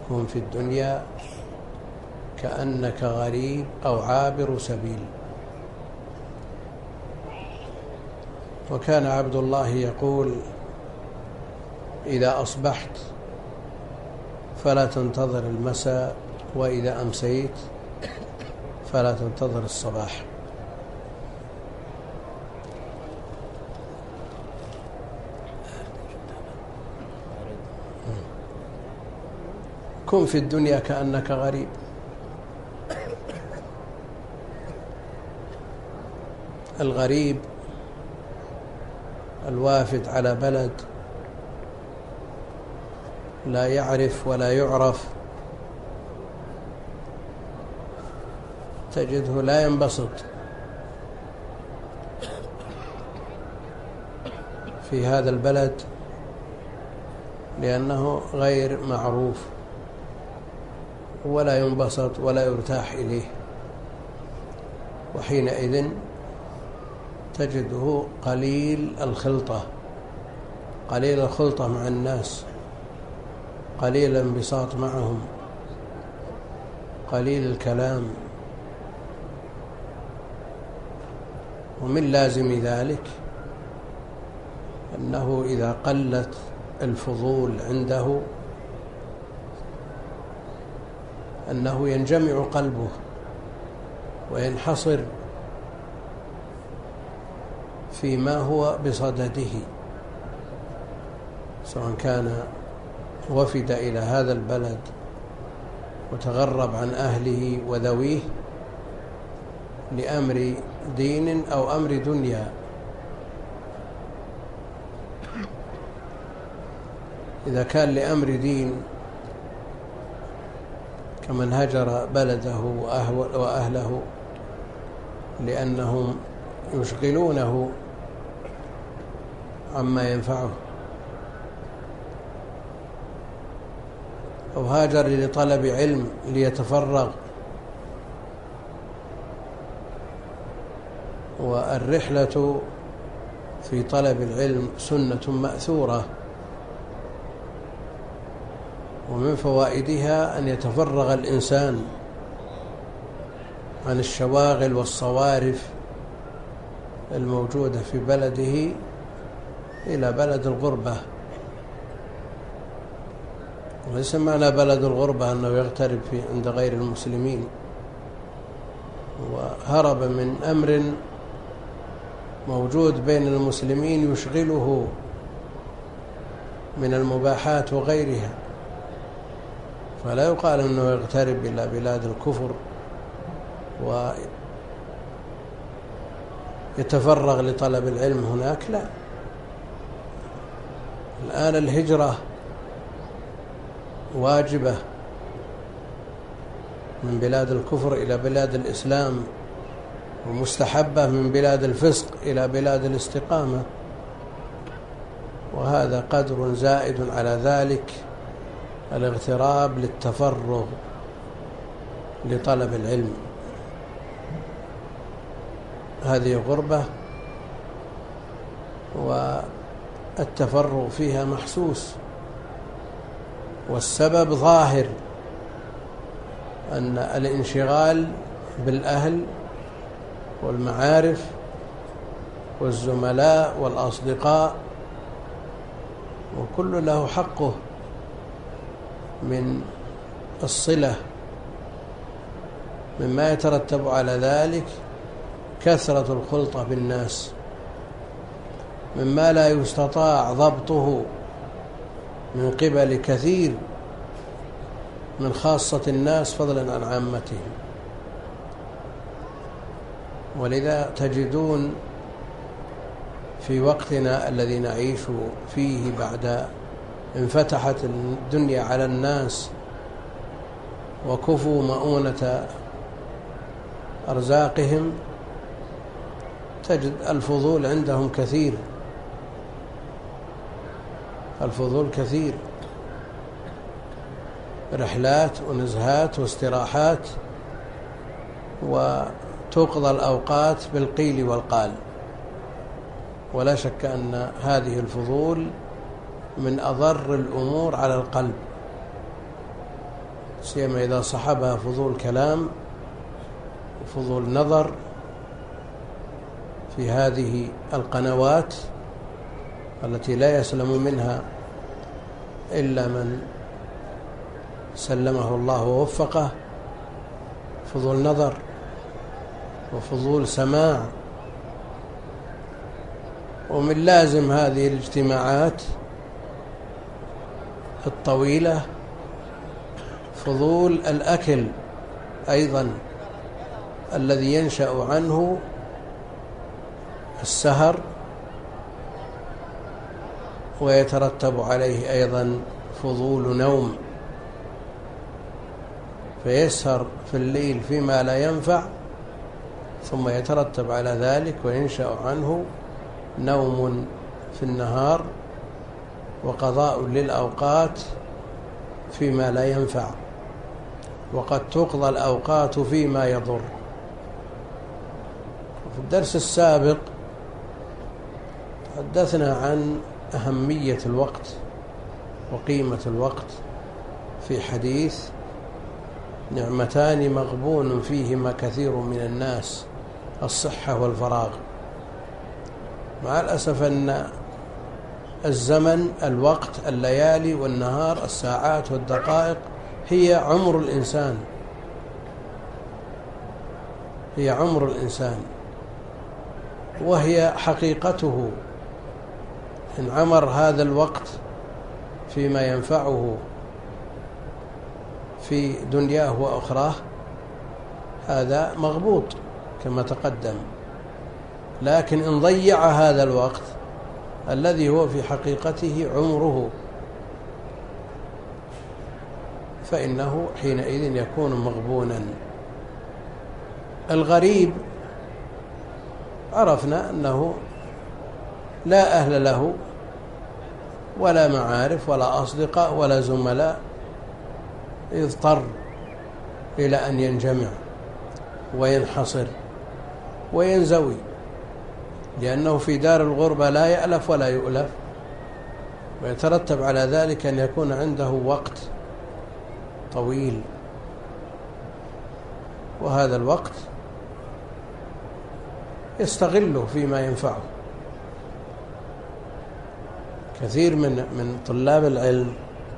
كن في الدنيا كأنك غريب أو عابر سبيل. وكان عبد الله يقول: إذا أصبحت فلا تنتظر المساء، وإذا أمسيت فلا تنتظر الصباح. كن في الدنيا كأنك غريب. الغريب الوافد على بلد لا يعرف ولا يعرف، تجده لا ينبسط في هذا البلد لأنه غير معروف، ولا ينبسط ولا يرتاح إليه، وحينئذ تجده قليل الخلطة مع الناس، قليل الانبساط معهم، قليل الكلام. ومن لازم ذلك أنه إذا قلت الفضول عنده أنه ينجمع قلبه وينحصر فيما هو بصدده، سواء كان وفد إلى هذا البلد وتغرب عن أهله وذويه لأمر دين أو أمر دنيا. إذا كان لأمر دين كمن هجر بلده وأهله لأنهم يشغلونه عما ينفعه، أو هاجر لطلب علم ليتفرغ. والرحلة في طلب العلم سنة مأثورة، ومن فوائدها أن يتفرغ الإنسان عن الشواغل والصوارف الموجودة في بلده إلى بلد الغربة. وليس معنى بلد الغربة أنه يغترب عند غير المسلمين، وهرب من أمر موجود بين المسلمين يشغله من المباحات وغيرها، فلا يقال أنه يغترب إلى بلاد الكفر ويتفرغ لطلب العلم هناك. لا، الآن الهجرة واجبة من بلاد الكفر إلى بلاد الإسلام، ومستحبة من بلاد الفسق إلى بلاد الاستقامة، وهذا قدر زائد على ذلك الاغتراب للتفرغ لطلب العلم. هذه غربة والتفرغ فيها محسوس، والسبب ظاهر، أن الانشغال بالأهل والمعارف والزملاء والأصدقاء وكل له حقه من الصلة. مما يترتب على ذلك كثرة الخلطة بالناس، مما لا يستطاع ضبطه من قبل كثير من خاصة الناس فضلا عن عامتهم. ولذا تجدون في وقتنا الذي نعيش فيه بعد انفتحت الدنيا على الناس وكفوا مؤونة أرزاقهم، تجد الفضول عندهم كثير، الفضول كثير، رحلات ونزهات واستراحات، وتقضى الأوقات بالقيل والقال. ولا شك أن هذه الفضول من أضر الأمور على القلب، سيما إذا صحبها فضول كلام وفضول نظر في هذه القنوات التي لا يسلم منها إلا من سلمه الله ووفقه، فضول نظر وفضول سماع. ومن لازم هذه الاجتماعات الطويلة فضول الأكل أيضا الذي ينشأ عنه السهر، ويترتب عليه أيضا فضول نوم، فيسهر في الليل فيما لا ينفع، ثم يترتب على ذلك وينشأ عنه نوم في النهار وقضاء للأوقات فيما لا ينفع، وقد تقضى الأوقات فيما يضر. في الدرس السابق تحدثنا عن أهمية الوقت وقيمة الوقت في حديث: نعمتان مغبون فيهما كثير من الناس، الصحة والفراغ. مع الأسف أن الزمن، الوقت، الليالي والنهار، الساعات والدقائق هي عمر الإنسان، هي عمر الإنسان، وهي حقيقته. إن عمر هذا الوقت فيما ينفعه في دنياه وأخراه هذا مغبوط كما تقدم، لكن إن ضيع هذا الوقت الذي هو في حقيقته عمره فإنه حينئذ يكون مغبونا. الغريب عرفنا أنه لا أهل له ولا معارف ولا أصدقاء ولا زملاء، يضطر إلى أن ينجمع وينحصر وينزوي، لأنه في دار الغربة لا يألف ولا يؤلف، ويترتب على ذلك أن يكون عنده وقت طويل، وهذا الوقت يستغله فيما ينفعه. كثير من طلاب العلم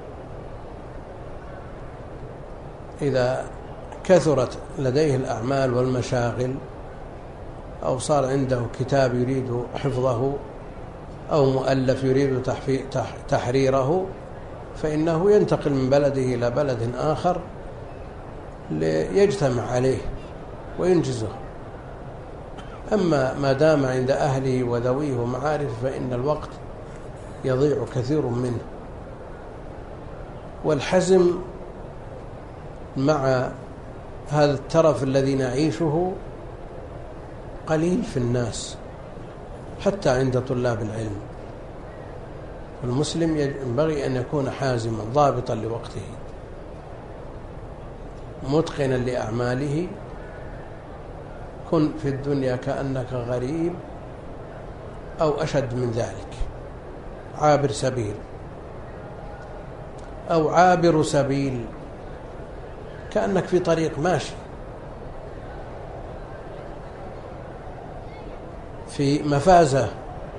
إذا كثرت لديه الأعمال والمشاغل، أو صار عنده كتاب يريد حفظه أو مؤلف يريد تحريره، فإنه ينتقل من بلده إلى بلد آخر ليجتمع عليه وينجزه. أما ما دام عند أهله وذويه ومعارفه فإن الوقت يضيع كثير منه. والحزم مع هذا الترف الذي نعيشه قليل في الناس، حتى عند طلاب العلم. المسلم ينبغي أن يكون حازما ضابطا لوقته، متقنا لأعماله. كن في الدنيا كأنك غريب أو أشد من ذلك، عابر سبيل أو عابر سبيل، كأنك في طريق ماشي في مفازة.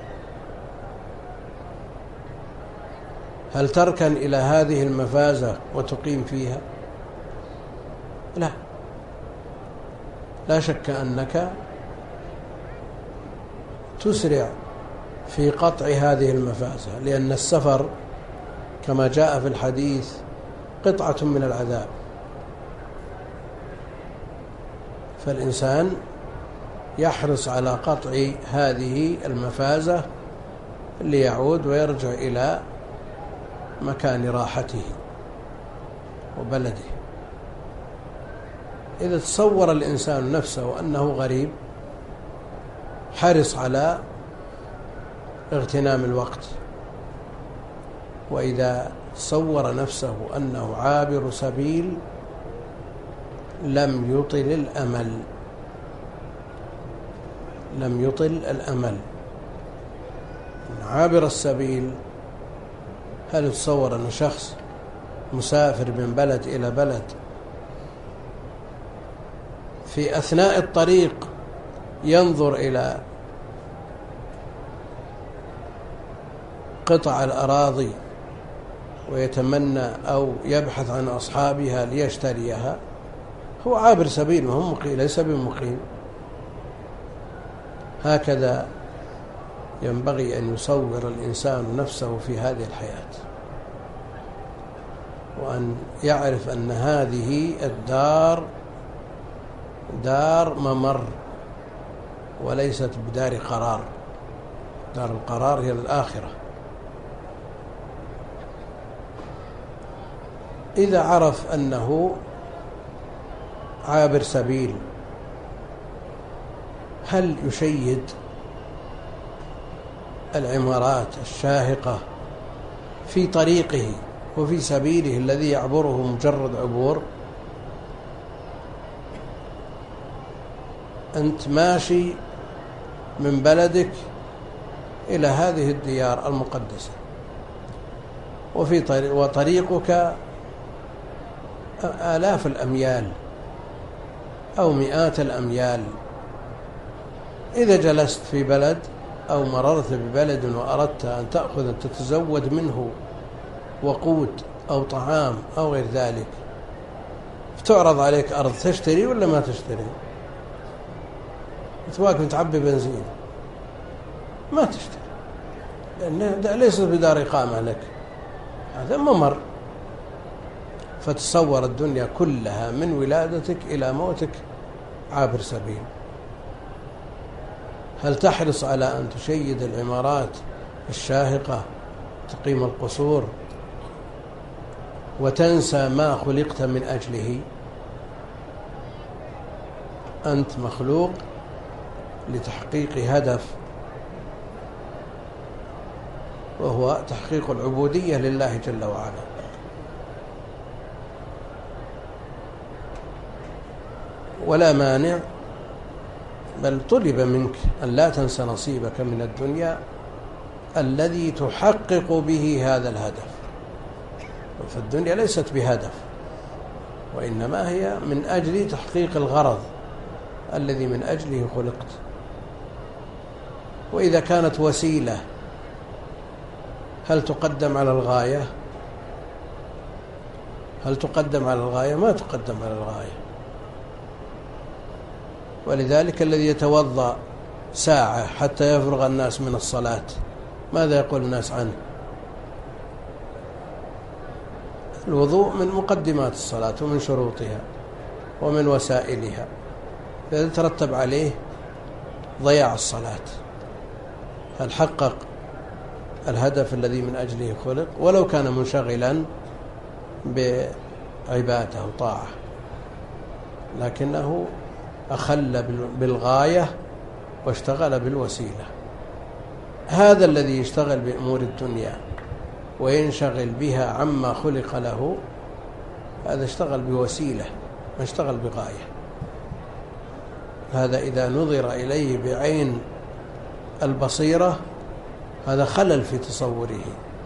هل تركن إلى هذه المفازة وتقيم فيها؟ لا، لا شك أنك تسرع في قطع هذه المفازة، لأن السفر كما جاء في الحديث قطعة من العذاب. فالإنسان يحرص على قطع هذه المفازة ليعود ويرجع إلى مكان راحته وبلده. إذا تصور الإنسان نفسه أنه غريب حرص على اغتنام الوقت، وإذا صور نفسه أنه عابر سبيل لم يطل الأمل، لم يطل الأمل. عابر السبيل، هل تصور أن شخص مسافر من بلد إلى بلد، في أثناء الطريق ينظر إلى قطع الأراضي ويتمنى أو يبحث عن أصحابها ليشتريها، هو عابر سبيل وهم ليس بمقيم. هكذا ينبغي أن يصور الإنسان نفسه في هذه الحياة، وأن يعرف أن هذه الدار دار ممر وليست بدار قرار. دار القرار هي الآخرة. إذا عرف أنه عابر سبيل، هل يشيد العمارات الشاهقة في طريقه وفي سبيله الذي يعبره مجرد عبور؟ أنت ماشي من بلدك إلى هذه الديار المقدسة، وطريقك آلاف الأميال أو مئات الأميال. إذا جلست في بلد أو مررت ببلد وأردت أن تتزود منه وقود أو طعام أو غير ذلك، فتعرض عليك أرض، تشتري ولا ما تشتري؟ تواقف تعبي بنزين، ما تشتري، لأنه ليس بدار إقامة لك، هذا ممر. فتصور الدنيا كلها من ولادتك إلى موتك عابر سبيل. هل تحرص على أن تشيد العمارات الشاهقة، تقيم القصور، وتنسى ما خلقت من أجله؟ أنت مخلوق لتحقيق هدف، وهو تحقيق العبودية لله جل وعلا. ولا مانع، بل طلب منك أن لا تنسى نصيبك من الدنيا الذي تحقق به هذا الهدف. فالدنيا ليست بهدف، وإنما هي من أجل تحقيق الغرض الذي من أجله خلقت. وإذا كانت وسيلة، هل تقدم على الغاية؟ هل تقدم على الغاية؟ ما تقدم على الغاية. ولذلك الذي يتوضأ ساعة حتى يفرغ الناس من الصلاة، ماذا يقول الناس عنه؟ الوضوء من مقدمات الصلاة ومن شروطها ومن وسائلها، إذا ترتب عليه ضياع الصلاة. هل حقق الهدف الذي من أجله خلق؟ ولو كان منشغلا بعبادة وطاعة، لكنه أخل بالغاية واشتغل بالوسيلة. هذا الذي يشتغل بأمور الدنيا وينشغل بها عما خلق له، هذا اشتغل بوسيلة ما اشتغل بغاية. هذا إذا نظر إليه بعين البصيرة هذا خلل في تصوره.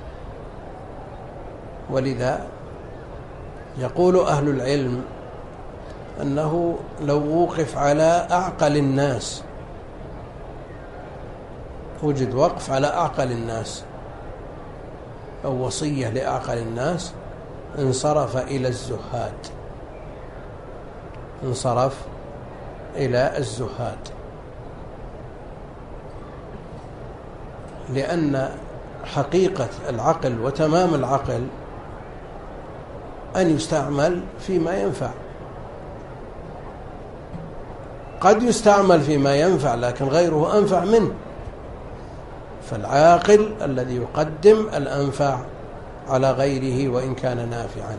ولذا يقول أهل العلم أنه لو وقف على أعقل الناس، وجد وقف على أعقل الناس أو وصية لأعقل الناس، انصرف إلى الزهاد، انصرف إلى الزهاد. لأن حقيقة العقل وتمام العقل أن يستعمل فيما ينفع. قد يستعمل فيما ينفع لكن غيره أنفع منه، فالعاقل الذي يقدم الأنفع على غيره وإن كان نافعا.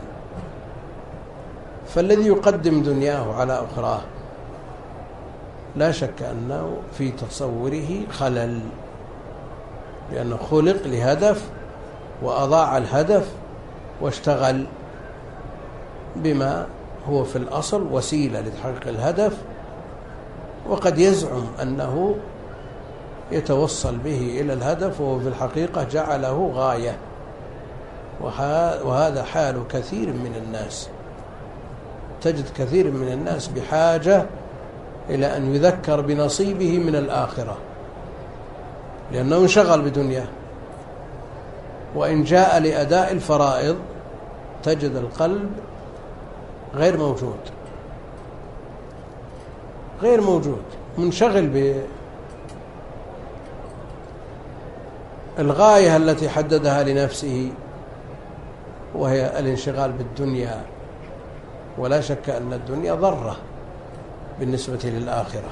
فالذي يقدم دنياه على أخراه لا شك أنه في تصوره خلل، لأنه خلق لهدف وأضاع الهدف واشتغل بما هو في الأصل وسيلة لتحقيق الهدف، وقد يزعم أنه يتوصل به إلى الهدف وهو في الحقيقة جعله غاية. وهذا حال كثير من الناس. تجد كثير من الناس بحاجة إلى أن يذكر بنصيبه من الآخرة، لأنه انشغل بدنياه، وإن جاء لأداء الفرائض تجد القلب غير موجود، منشغل بالغاية التي حددها لنفسه، وهي الانشغال بالدنيا. ولا شك أن الدنيا ضرة بالنسبة للآخرة.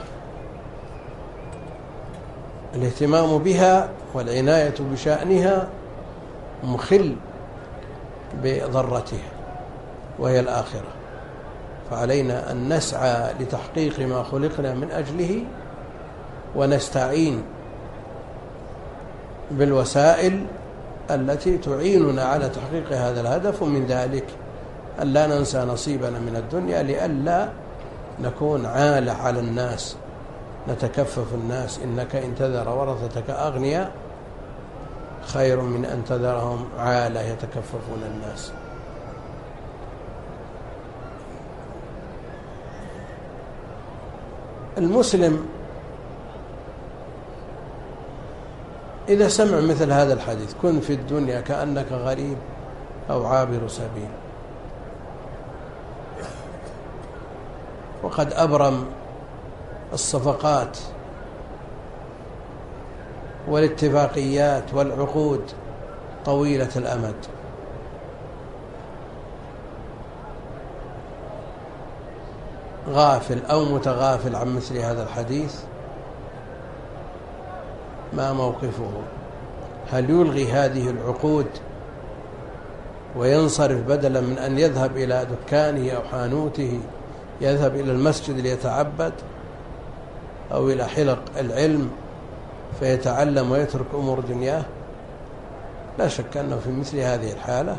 الاهتمام بها والعناية بشأنها مخل بضرتها وهي الآخرة، فعلينا أن نسعى لتحقيق ما خلقنا من أجله، ونستعين بالوسائل التي تعيننا على تحقيق هذا الهدف، ومن ذلك أن لا ننسى نصيبنا من الدنيا، لئلا نكون عالة على الناس نتكفف الناس. إنك إن تذر ورثتك أغنياء خير من أن تذرهم عالة يتكففون الناس. المسلم إذا سمع مثل هذا الحديث كن في الدنيا كأنك غريب أو عابر سبيل، وقد أبرم الصفقات والاتفاقيات والعقود طويلة الأمد، غافل أو متغافل عن مثل هذا الحديث، ما موقفه؟ هل يلغي هذه العقود وينصرف بدلا من أن يذهب إلى دكانه أو حانوته، يذهب إلى المسجد ليتعبد أو إلى حلق العلم فيتعلم ويترك أمور دنياه؟ لا شك أنه في مثل هذه الحالة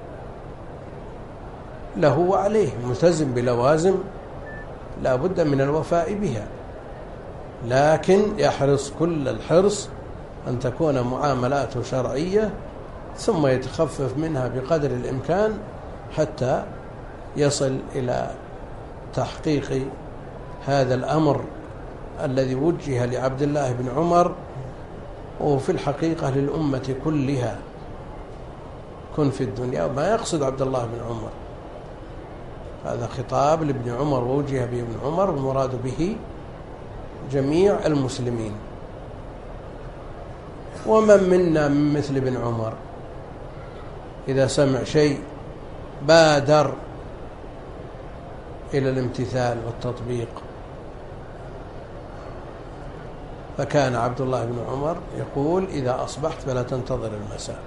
له وعليه، ملتزم بلوازم لا بد من الوفاء بها، لكن يحرص كل الحرص أن تكون معاملاته شرعية، ثم يتخفف منها بقدر الإمكان حتى يصل إلى تحقيق هذا الأمر الذي وجه لعبد الله بن عمر، وفي الحقيقة للأمة كلها. كن في الدنيا، وما يقصد عبد الله بن عمر، هذا خطاب لابن عمر ووجه به ابن عمر، المراد به جميع المسلمين. ومن منا من مثل ابن عمر إذا سمع شيء بادر إلى الامتثال والتطبيق. فكان عبد الله بن عمر يقول: إذا أصبحت فلا تنتظر المساء،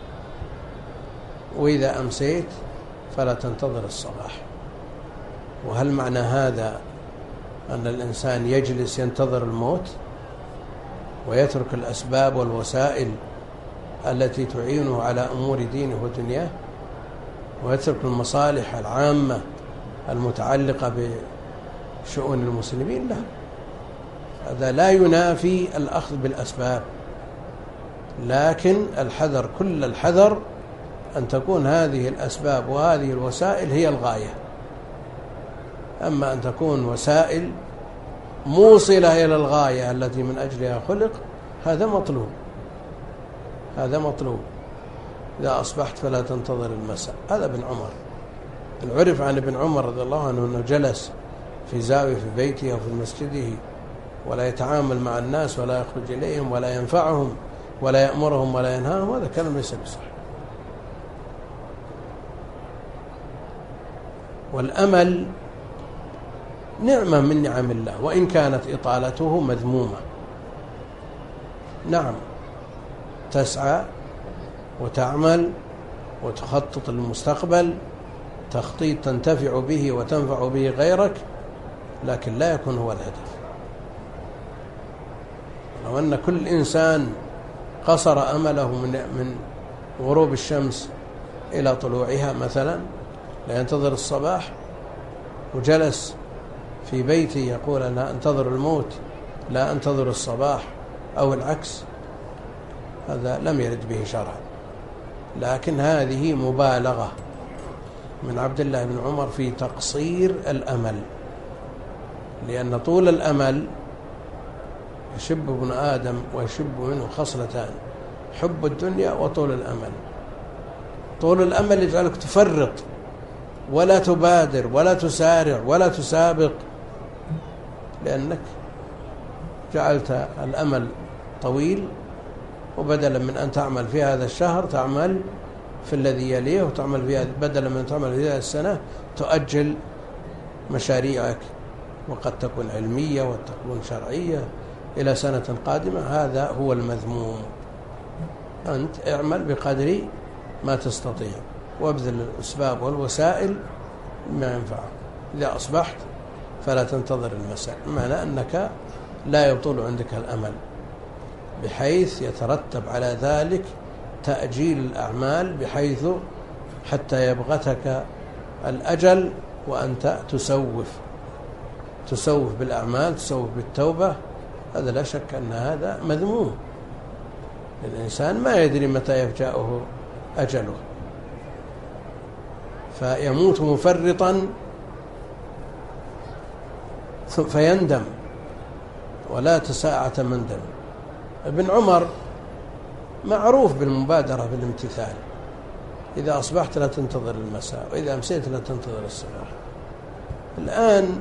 وإذا أمسيت فلا تنتظر الصباح. وهل معنى هذا أن الإنسان يجلس ينتظر الموت ويترك الأسباب والوسائل التي تعينه على أمور دينه ودنياه، ويترك المصالح العامة المتعلقة بشؤون المسلمين؟ لا، هذا لا ينافي الأخذ بالأسباب، لكن الحذر، كل الحذر أن تكون هذه الأسباب وهذه الوسائل هي الغاية. أما أن تكون وسائل موصلة إلى الغاية التي من أجلها خلق، هذا مطلوب، هذا مطلوب. إذا أصبحت فلا تنتظر المساء. هذا ابن عمر. العرف عن ابن عمر رضي الله عنه أنه جلس في زاوية في بيته أو في مسجده ولا يتعامل مع الناس ولا يخرج إليهم ولا ينفعهم ولا يأمرهم ولا ينهاهم. هذا كلام ليس بصحيح. والأمل نعمة من نعم الله، وإن كانت إطالته مذمومة. نعم، تسعى وتعمل وتخطط للمستقبل تخطيط تنتفع به وتنفع به غيرك، لكن لا يكون هو الهدف. لو أن كل إنسان قصر أمله من غروب الشمس إلى طلوعها مثلا، لا ينتظر الصباح، وجلس في بيته يقول أنا أنتظر الموت لا أنتظر الصباح أو العكس، هذا لم يرد به شرعا. لكن هذه مبالغة من عبد الله بن عمر في تقصير الأمل، لأن طول الأمل يشب ابن آدم ويشب منه خصلتان: حب الدنيا وطول الأمل. طول الأمل يجعلك تفرط ولا تبادر ولا تسارع ولا تسابق، لأنك جعلت الأمل طويل، وبدلا من أن تعمل في هذا الشهر تعمل في الذي يليه، وتعمل في بدلا من تعمل في هذه السنة تؤجل مشاريعك، وقد تكون علمية وتكون شرعية إلى سنة قادمة. هذا هو المذموم. أنت اعمل بقدر ما تستطيع، وابذل الأسباب والوسائل ما ينفعك. إذا أصبحت فلا تنتظر المساء، بمعنى أنك لا يطول عندك الأمل بحيث يترتب على ذلك تأجيل الأعمال، بحيث حتى يبغتك الأجل وأنت تسوف بالأعمال، تسوف بالتوبة. هذا لا شك أن هذا مذموم. الإنسان ما يدري متى يفجأه أجله، فيموت مفرطا فيندم ولا تساعة مندم. ابن عمر معروف بالمبادرة بالامتثال. إذا أصبحت لا تنتظر المساء، وإذا أمسيت لا تنتظر الصباح. الآن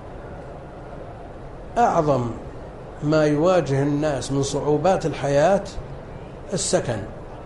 أعظم ما يواجه الناس من صعوبات الحياة السكن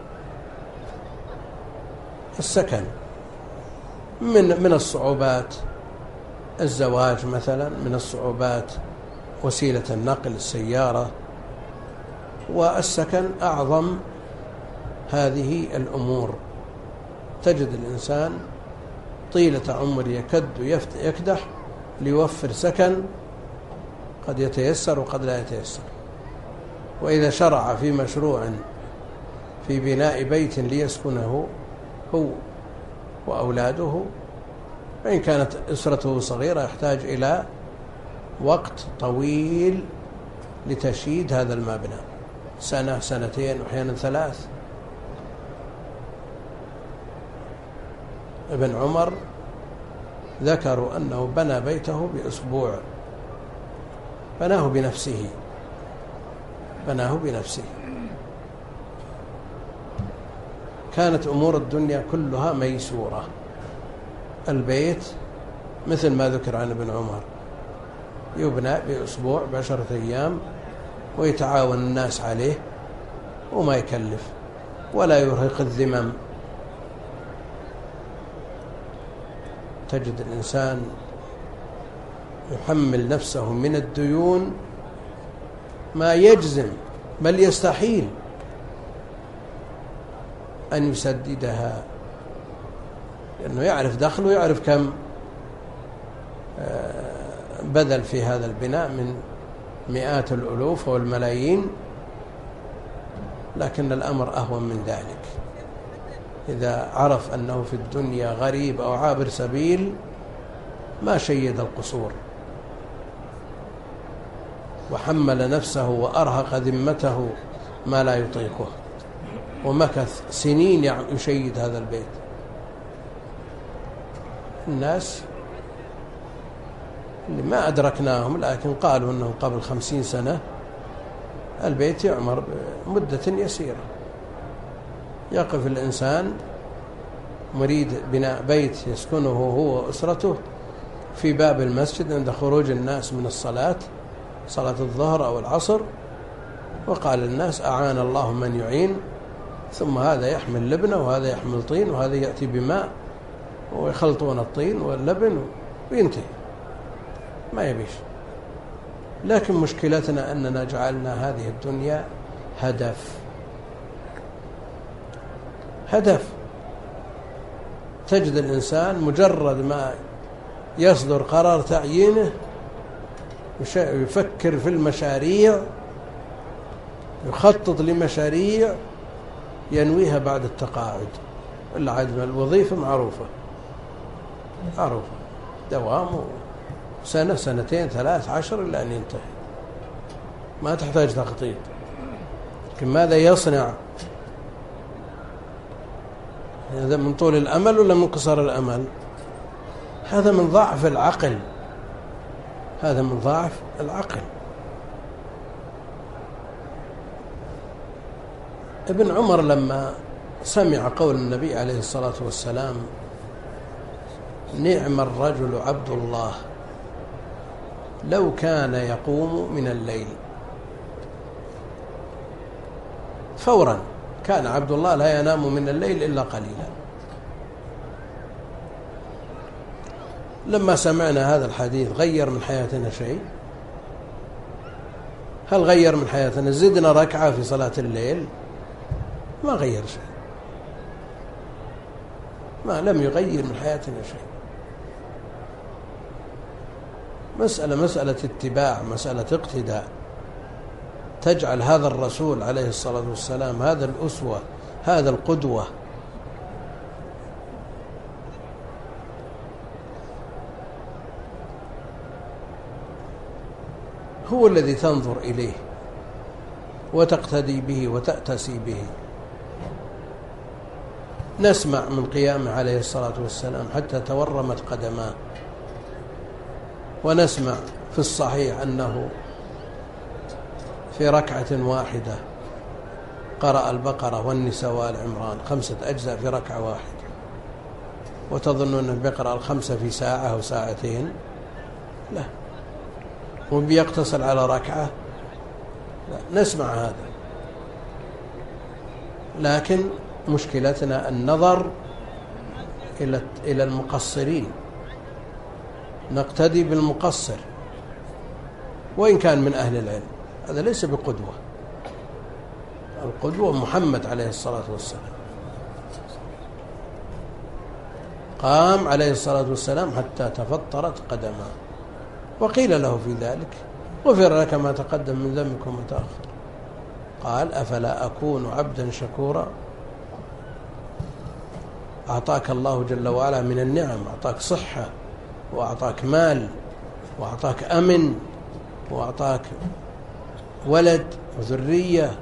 من الصعوبات الزواج مثلا، من الصعوبات وسيلة النقل السيارة، والسكن أعظم هذه الأمور. تجد الإنسان طيلة عمر يكد يكدح ليوفر سكن، قد يتيسر وقد لا يتيسر. وإذا شرع في مشروع في بناء بيت ليسكنه هو وأولاده، وإن كانت أسرته صغيرة، يحتاج إلى وقت طويل لتشييد هذا المبنى، سنة سنتين وأحيانا 3. ابن عمر ذكروا أنه بنى بيته بأسبوع، بناه بنفسه. كانت أمور الدنيا كلها ميسورة. البيت مثل ما ذكر عن ابن عمر يبنى بأسبوع، ب10 أيام، ويتعاون الناس عليه وما يكلف ولا يرهق الذمم. تجد الإنسان يحمل نفسه من الديون ما يجزم بل يستحيل أن يسددها، لأنه يعرف دخله، ويعرف كم بذل في هذا البناء من مئات الألوف والملايين. لكن الأمر أهون من ذلك. إذا عرف أنه في الدنيا غريب أو عابر سبيل ما شيد القصور، وحمل نفسه وأرهق ذمته ما لا يطيقه، ومكث سنين يشيد هذا البيت. الناس اللي ما أدركناهم لكن قالوا أنه قبل 50 سنة البيت يعمر مدة يسيرة. يقف الإنسان مريد بناء بيت يسكنه هو وأسرته في باب المسجد عند خروج الناس من الصلاة، صلاة الظهر أو العصر، وقال الناس أعان الله من يعين، ثم هذا يحمل لبنه وهذا يحمل طين وهذا يأتي بماء، ويخلطون الطين واللبن وينتهي، ما يبيش. لكن مشكلتنا أننا جعلنا هذه الدنيا هدف. تجد الإنسان مجرد ما يصدر قرار تعيينه يفكر في المشاريع، يخطط لمشاريع ينويها بعد التقاعد. العدم الوظيفة معروفة دوام سنة سنتين 3 10 إلا أن ينتهي، ما تحتاج تخطيط. لكن ماذا يصنع هذا من طول الأمل ولا من قصر الأمل؟ هذا من ضعف العقل، هذا من ضعف العقل. ابن عمر لما سمع قول النبي عليه الصلاة والسلام: نعم الرجل عبد الله لو كان يقوم من الليل، فورا كان عبد الله لا ينام من الليل إلا قليلا. لما سمعنا هذا الحديث غير من حياتنا شيء؟ هل غير من حياتنا؟ زدنا ركعة في صلاة الليل؟ ما غير شيء، ما لم يغير من حياتنا شيء. مسألة اتباع، مسألة اقتداء، تجعل هذا الرسول عليه الصلاة والسلام هذا الأسوة، هذا القدوة. هو الذي تنظر إليه وتقتدي به وتأتسي به. نسمع من قيامه عليه الصلاة والسلام حتى تورمت قدماه، ونسمع في الصحيح أنه في ركعة واحدة قرأ البقرة والنساء وآل عمران 5 أجزاء في ركعة واحدة. وتظنون أنه بيقرأ 5 في ساعة أو ساعتين؟ لا. وبيقتصر على ركعة؟ لا. نسمع هذا، لكن مشكلتنا النظر إلى المقصرين، نقتدي بالمقصر وإن كان من أهل العلم. هذا ليس بقدوة. القدوة محمد عليه الصلاة والسلام، قام عليه الصلاة والسلام حتى تفطرت قدماه، وقيل له في ذلك: غفر لك ما تقدم من ذنبك وما تأخر. قال: أفلا أكون عبدا شكورا؟ أعطاك الله جل وعلا من النعم، أعطاك صحة، وأعطاك مال، وأعطاك أمن، وأعطاك ولد وذرية،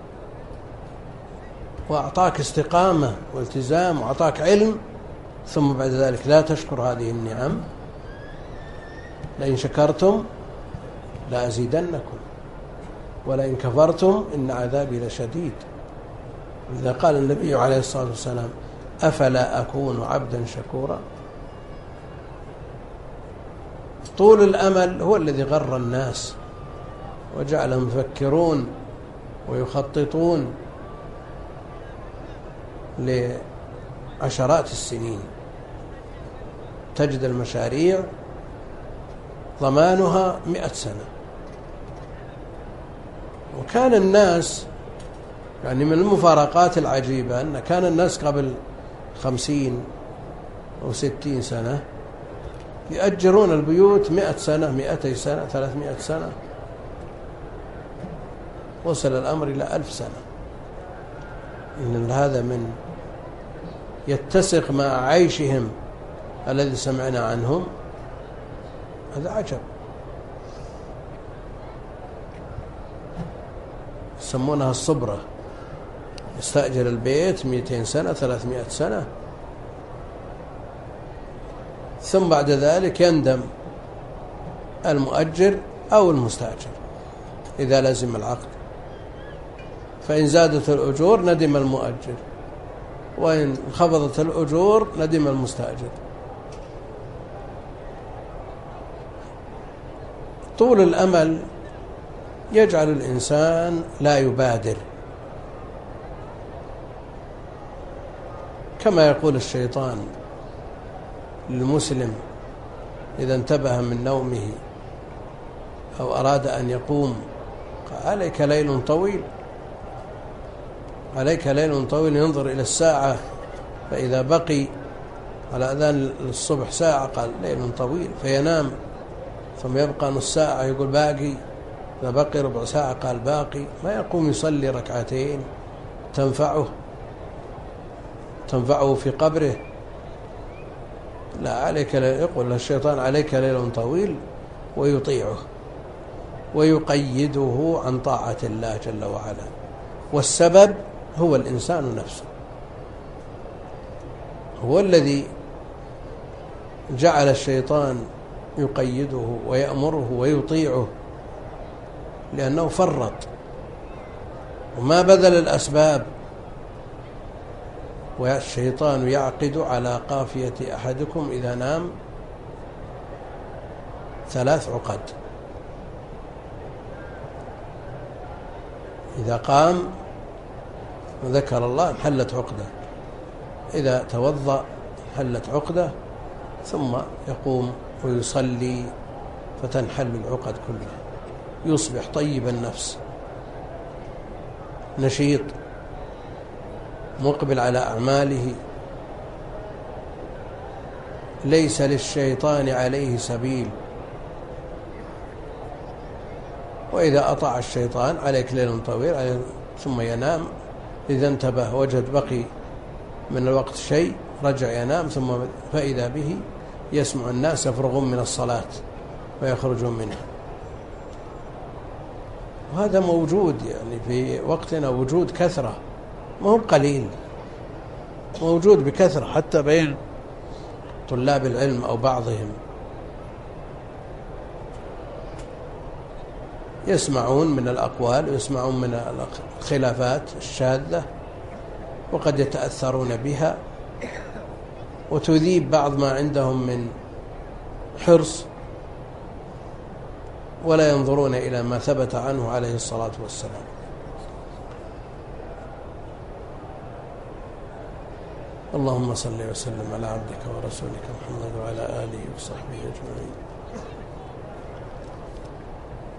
وأعطاك استقامة والتزام، وأعطاك علم، ثم بعد ذلك لا تشكر هذه النعم؟ لئن شكرتم لأزيدنكم ولئن كفرتم إن عذابي لشديد. إذا قال النبي عليه الصلاة والسلام: أفلا أكون عبدا شكورا؟ طول الأمل هو الذي غر الناس وجعلهم يفكرون ويخططون لعشرات السنين. تجد المشاريع ضمانها 100 سنة. وكان الناس يعني من المفارقات العجيبة أن كان الناس قبل 50 أو 60 سنة يؤجرون البيوت 100 سنة، 200 سنة، 300 سنة. وصل الأمر إلى 1000 سنة. إن هذا من يتسق مع عيشهم الذي سمعنا عنهم، هذا عجب. يسمونها الصبرة، يستأجر البيت 200 سنة، 300 سنة، ثم بعد ذلك يندم المؤجر أو المستأجر إذا لزم العقد. فإن زادت الأجور ندم المؤجر، وإن خفضت الأجور ندم المستأجر. طول الأمل يجعل الإنسان لا يبادر، كما يقول الشيطان للمسلم إذا انتبه من نومه أو أراد أن يقوم: عليك ليل طويل، عليك ليل طويل. ينظر إلى الساعة فإذا بقي على أذان الصبح ساعة قال ليل طويل، فينام. ثم يبقى نص ساعة يقول باقي، إذا بقي ربع ساعة قال باقي. ما يقوم يصلي ركعتين تنفعه في قبره. لا، عليك يقول الشيطان: عليك ليل طويل، ويطيعه ويقيده عن طاعة الله جل وعلا. والسبب هو الإنسان نفسه. هو الذي جعل الشيطان يقيده ويأمره ويطيعه، لأنه فرط وما بذل الأسباب. والشيطان يعقد على قافية أحدكم إذا نام 3 عقد: إذا قام وذكر الله حلت عقدة، إذا توضأ حلت عقدة، ثم يقوم ويصلي فتنحل العقد كلها، يصبح طيب النفس نشيط مقبل على أعماله، ليس للشيطان عليه سبيل. وإذا أطاع الشيطان عليك ليل طويل ثم ينام، إذا انتبه وجد بقي من الوقت شيء رجع ينام، ثم فإذا به يسمع الناس يفرغون من الصلاة ويخرجون منها. وهذا موجود يعني في وقتنا وجود كثرة، ما هو قليل، موجود بكثرة حتى بين طلاب العلم أو بعضهم، يسمعون من الأقوال ويسمعون من الخلافات الشاذة، وقد يتأثرون بها وتذيب بعض ما عندهم من حرص، ولا ينظرون إلى ما ثبت عنه عليه الصلاة والسلام. اللهم صل وسلم على عبدك ورسولك محمد وعلى آله وصحبه أجمعين.